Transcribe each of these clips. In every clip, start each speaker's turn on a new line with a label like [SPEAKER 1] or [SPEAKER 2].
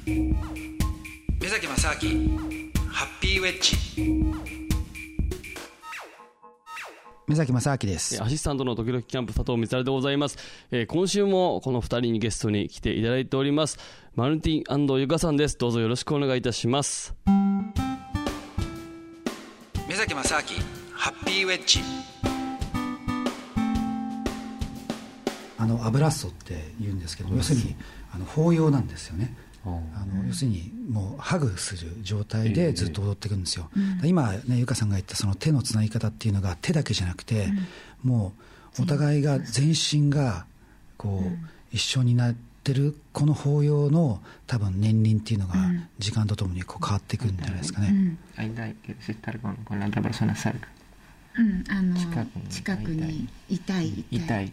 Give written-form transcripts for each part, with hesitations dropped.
[SPEAKER 1] 目崎正明ハッピーウェッジ。目崎正明です。
[SPEAKER 2] アシスタントの時々キャンプ佐藤光でございます。今週もこの2人にゲストに来ていただいております。マルティン&ゆかさんです。どうぞよろしくお願いいたします。
[SPEAKER 1] 目崎正明ハッピーウェッジ。アブラッソって言うんですけど、要するに抱擁なんですよね。要するにもうハグする状態でずっと踊っていくんですよ。今ね、ゆかさんが言ったその手のつなぎ方っていうのが手だけじゃなくて、もうお互いが全身がこう一緒になってるこの抱擁の多分年輪っていうのが時間とともにこう変わっていくんじゃないですかね。
[SPEAKER 3] 近くに痛い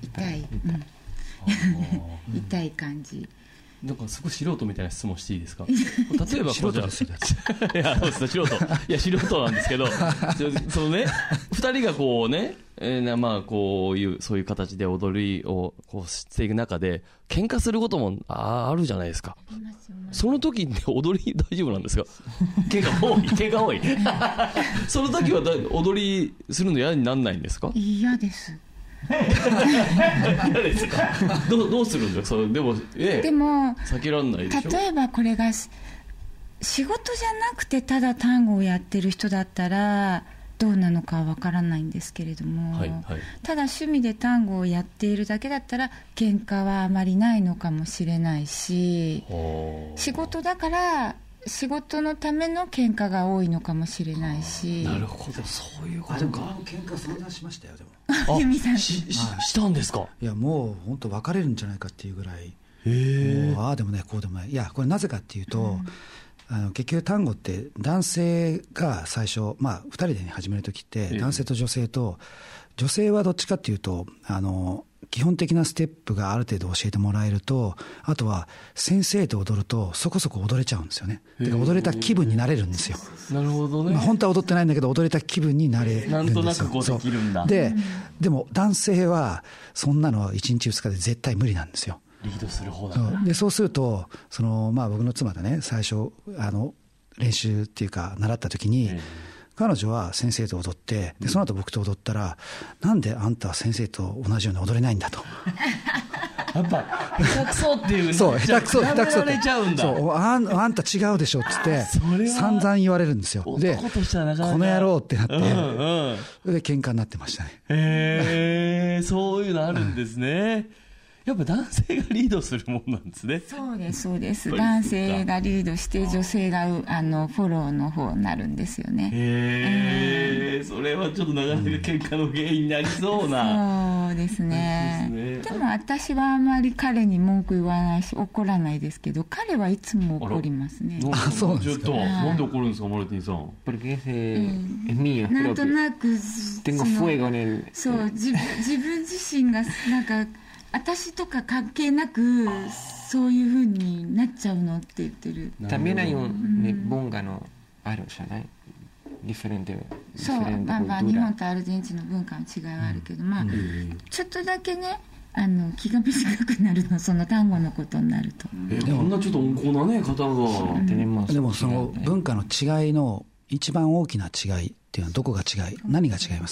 [SPEAKER 3] 感じ。
[SPEAKER 2] なんかすごい素人みたいな質問していいですか？例えば
[SPEAKER 1] 素人ですよ。
[SPEAKER 2] いや、そうですね、素人なんですけど、そのね、二人がこうね、まあこういうそういう形で踊りをこうしていく中で喧嘩することもあるじゃないですか。その時に踊り大丈夫なんですか？喧嘩多い。その時は踊りするの嫌にならないんですか？
[SPEAKER 3] 嫌です。
[SPEAKER 2] 嫌ですか？どうするんですか？でも避けられないでしょ。
[SPEAKER 3] 例えばこれが仕事じゃなくてただ単語をやってる人だったらどうなのかわからないんですけれども、ただ趣味で単語をやっているだけだったら喧嘩はあまりないのかもしれないし、仕事だから仕事のための喧嘩が多いのかもしれないし。
[SPEAKER 2] なるほど、そういうことか。
[SPEAKER 1] でも喧嘩相談しましたよ。でも
[SPEAKER 3] 由美さん
[SPEAKER 2] したんですか？
[SPEAKER 1] いや、もう本当別れるんじゃないかっていうぐらい、もうああでもないこうでもない。いや、これなぜかっていうと、結局単語って男性が最初、2人で、ね、始めるときって男性と女性と、女性はどっちかっていうと基本的なステップがある程度教えてもらえると、あとは先生と踊るとそこそこ踊れちゃうんですよね。だから踊れた気分になれるんですよ。
[SPEAKER 2] なるほどね。
[SPEAKER 1] 本当は踊ってないんだけど踊れた気分になれるんですよ。
[SPEAKER 2] なんとなくこうできるんだ。
[SPEAKER 1] でも男性はそんなのは1日2日で絶対無理なんですよ。
[SPEAKER 2] リードする方だね。
[SPEAKER 1] そうすると僕の妻がね、最初練習っていうか習った時に、彼女は先生と踊って、でその後僕と踊ったら、なんであんたは先生と同じように踊れないんだと。
[SPEAKER 2] やっぱ下手くそっていう、
[SPEAKER 1] そう下手くそって
[SPEAKER 2] そう、
[SPEAKER 1] あんた違うでしょっつって散々言われるんですよ。でこの野郎ってなって、で喧嘩になってましたね。
[SPEAKER 2] そういうのあるんですね。やっぱ男性がリードするもんなんですね。
[SPEAKER 3] そうです。男性がリードして女性がフォローの方になるんですよね。
[SPEAKER 2] それはちょっとなかなか喧嘩の原因になりそうな。
[SPEAKER 3] そうですね。でも私はあまり彼に文句言わないし怒らないですけど、彼はいつも怒りますね。
[SPEAKER 1] そうなんですか。
[SPEAKER 2] なんで怒るんですか、マルティンさん。
[SPEAKER 3] なんとなくそう自分自身がなんか私とか関係なくそういう風になっちゃうのって言ってる。
[SPEAKER 4] También hay un bunga no aroじゃない。
[SPEAKER 3] そう、日本とアルゼンチンの文化の違いはあるけど、ちょっとだけね、気が短くなるの、その単語のことになると。
[SPEAKER 2] でもこんなちょっと温厚なね方が。
[SPEAKER 1] でもその文化の違いの一番大きな違いっていうのはどこが違い、何が違います？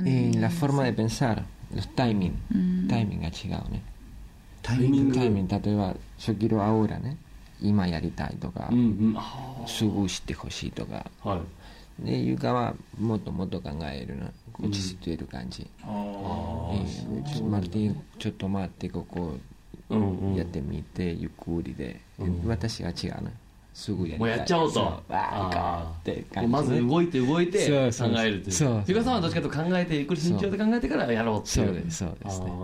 [SPEAKER 4] La forma de pensar, los timing が違うね。タイミング、例えば初期のアオラね、今やりたいとか、すぐしてほしいとか、でゆかはもっともっと考えるな、落ち着いている感じ。マルティンちょっと待ってここやってみてゆっくりで、私が違うな。すぐやりたい。
[SPEAKER 2] もうやっちゃおうと。まず動いて考えるという。ゆかさんはどっちかと考えてゆっくり慎重で考えてからやろうっていう。
[SPEAKER 4] そうですね。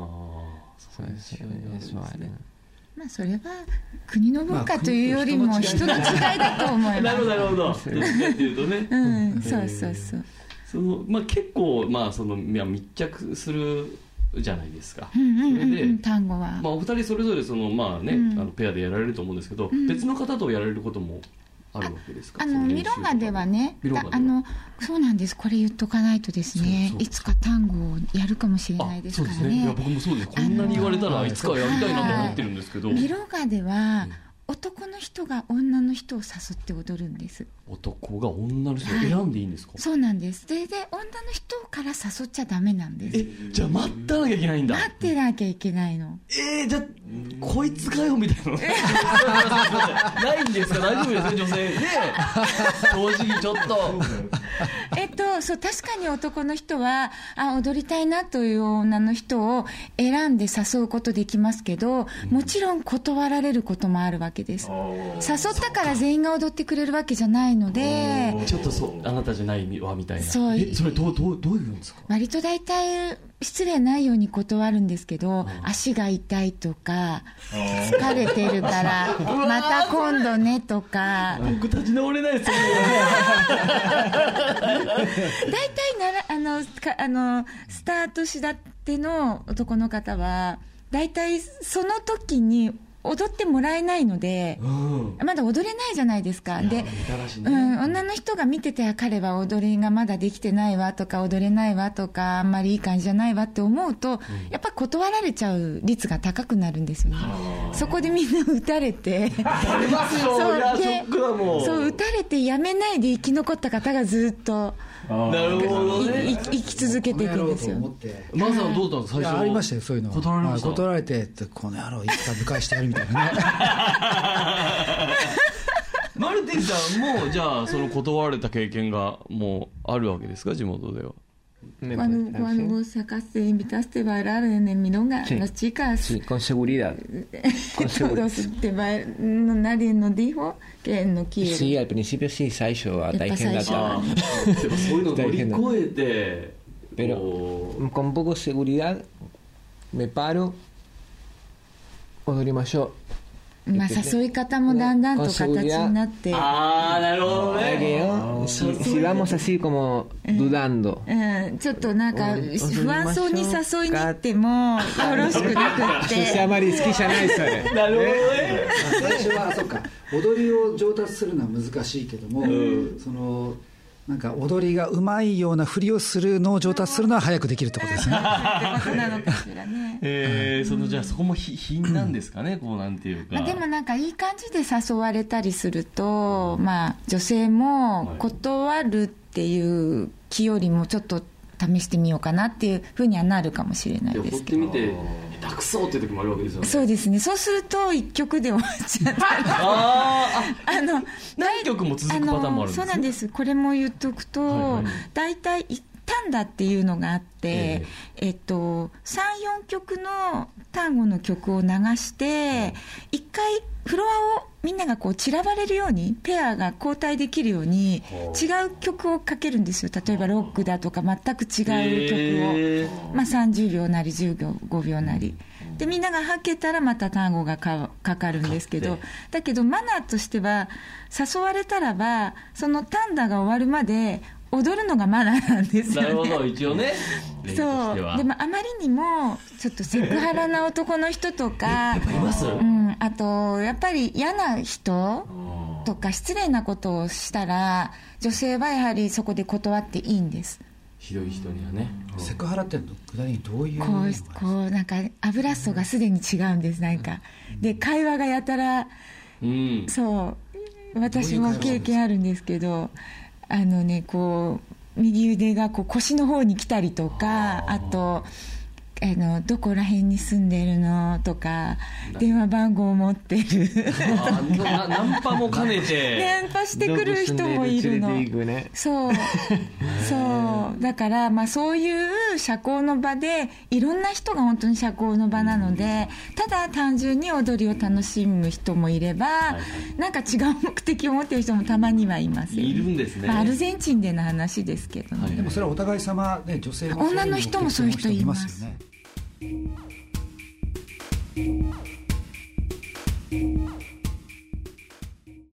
[SPEAKER 3] それは国の文化というよりも人の違いだと思います。
[SPEAKER 2] なるほど。どっちかっていうとね。そう結構密着するじゃないですか。それで
[SPEAKER 3] 単語は
[SPEAKER 2] お二人それぞれペアでやられると思うんですけど、別の方とやられることもあるわけですか？
[SPEAKER 3] ミロガではね、そうなんです。これ言っとかないとですね、いつか単語をやるかもしれないですからね。
[SPEAKER 2] 僕もそうです。こんなに言われたらいつかやりたいなと思ってるんですけど、
[SPEAKER 3] ミロガでは男の人が女の人を誘って踊るんです。
[SPEAKER 2] 男が女の人を選んでいいんですか？
[SPEAKER 3] そうなんです。で女の人から誘っちゃダメなんです。
[SPEAKER 2] じゃあ待ったなきゃいけないんだ。
[SPEAKER 3] 待ってなきゃいけないの。
[SPEAKER 2] じゃあこいつかよみたいなないんですか？大丈夫ですね、女性ね。正直ちょっと
[SPEAKER 3] そう、確かに男の人は踊りたいなという女の人を選んで誘うことできますけど、もちろん断られることもあるわけです。誘ったから全員が踊ってくれるわけじゃないので、
[SPEAKER 2] ちょっとあなたじゃないわみたいな。
[SPEAKER 3] それ
[SPEAKER 2] どういうんですか？
[SPEAKER 3] 割と大体失礼ないように断るんですけど、足が痛いとか疲れてるからまた今度ねとか。
[SPEAKER 2] 僕立ち直れないですよね。
[SPEAKER 3] 大体スタートしだっての男の方は大体その時に踊ってもらえないので、まだ踊れないじゃないですか。で、女の人が見てて、彼は踊りがまだできてないわとか踊れないわとかあんまりいい感じじゃないわって思うと、やっぱ断られちゃう率が高くなるんですよね。そこでみんな打たれて
[SPEAKER 2] ショックだもん。
[SPEAKER 3] そう、打たれてやめないで生き残った方がずっと
[SPEAKER 2] なるほどね、
[SPEAKER 3] 生き続けていくんですよ。
[SPEAKER 2] マサはどうだったの？最初
[SPEAKER 1] ありましたよ、そういうの。断られてこの野郎いつか迎えしてやるみたいなね。
[SPEAKER 2] マルティンさんもじゃあその断られた経験がもうあるわけですか、地元では？
[SPEAKER 3] Cuando vos sacaste, invitaste a bailar en el milonga,
[SPEAKER 4] sí,
[SPEAKER 3] las chicas.
[SPEAKER 4] Sí, con seguridad.
[SPEAKER 3] Nadie nos dijo que no quiere.
[SPEAKER 4] Sí, al principio sí, Saisho, pero con poco seguridad me paro, odorimashou.
[SPEAKER 3] まあ誘い方もだんだんと形になって、
[SPEAKER 2] なるほどね。
[SPEAKER 4] Si vamos así como dudando、
[SPEAKER 3] ちょっとなんか不安そうに誘いに行ってもよろしくなくって。
[SPEAKER 4] あまり好きじゃないそれ。
[SPEAKER 2] なるほどね。
[SPEAKER 1] 最初はそうか、踊りを上達するのは難しいけども、そのなんか踊りがうまいようなふりをするのを上達するのは早くできるってことですね。
[SPEAKER 3] ってことなのかしらね。
[SPEAKER 2] じゃあそこも品なんですかね、こうなんていうか。
[SPEAKER 3] でもなんかいい感じで誘われたりすると、まあ女性も断るっていう気よりもちょっと試してみようかなっていうふうにはなるかもしれないですけど。
[SPEAKER 2] 掘ってみて下手くそっていう時もあるわけですよね。
[SPEAKER 3] そうですね。そうすると1曲で終わっちゃった。
[SPEAKER 2] 何曲も続くパターンもあるんですね。
[SPEAKER 3] そうなんです。これも言っとくと、大体タンダっていうのがあって、3、4曲の単語の曲を流して、1回フロアをみんながこう散らばれるように、ペアが交代できるように違う曲をかけるんですよ。例えばロックだとか全く違う曲を、まあ、30秒なり15秒なりで、みんながはけたらまた単語がかかるんですけど、だけどマナーとしては誘われたらばそのタンダが終わるまで踊るのがマナーなんですよね。
[SPEAKER 2] なるほど、一応ね。
[SPEAKER 3] そうでもあまりにもちょっとセクハラな男の人とかあとやっぱり嫌な人とか失礼なことをしたら女性はやはりそこで断っていいんです。
[SPEAKER 2] ひどい人にはね。
[SPEAKER 1] セクハラって具体的にどういう
[SPEAKER 3] こうなんか油っそがすでに違うんです。なんかで会話がやたら、そう私も経験あるんですけど、こう右腕がこう腰の方に来たりとか、あとどこら辺に住んでるのとか、電話番号を持ってる
[SPEAKER 2] ナンパも兼ねて
[SPEAKER 3] ナンパしてくる人もいるの。そうだから、まあ、そういう社交の場でいろんな人が本当に社交の場なので、ただ単純に踊りを楽しむ人もいれば、なんか違う目的を持っている人もたまにはいますよね。
[SPEAKER 2] いるんですね。
[SPEAKER 3] まあ、アルゼンチンでの話ですけどね。
[SPEAKER 1] でもそれはお互い様ね、女性も
[SPEAKER 3] 女の人もそういう人いますよね。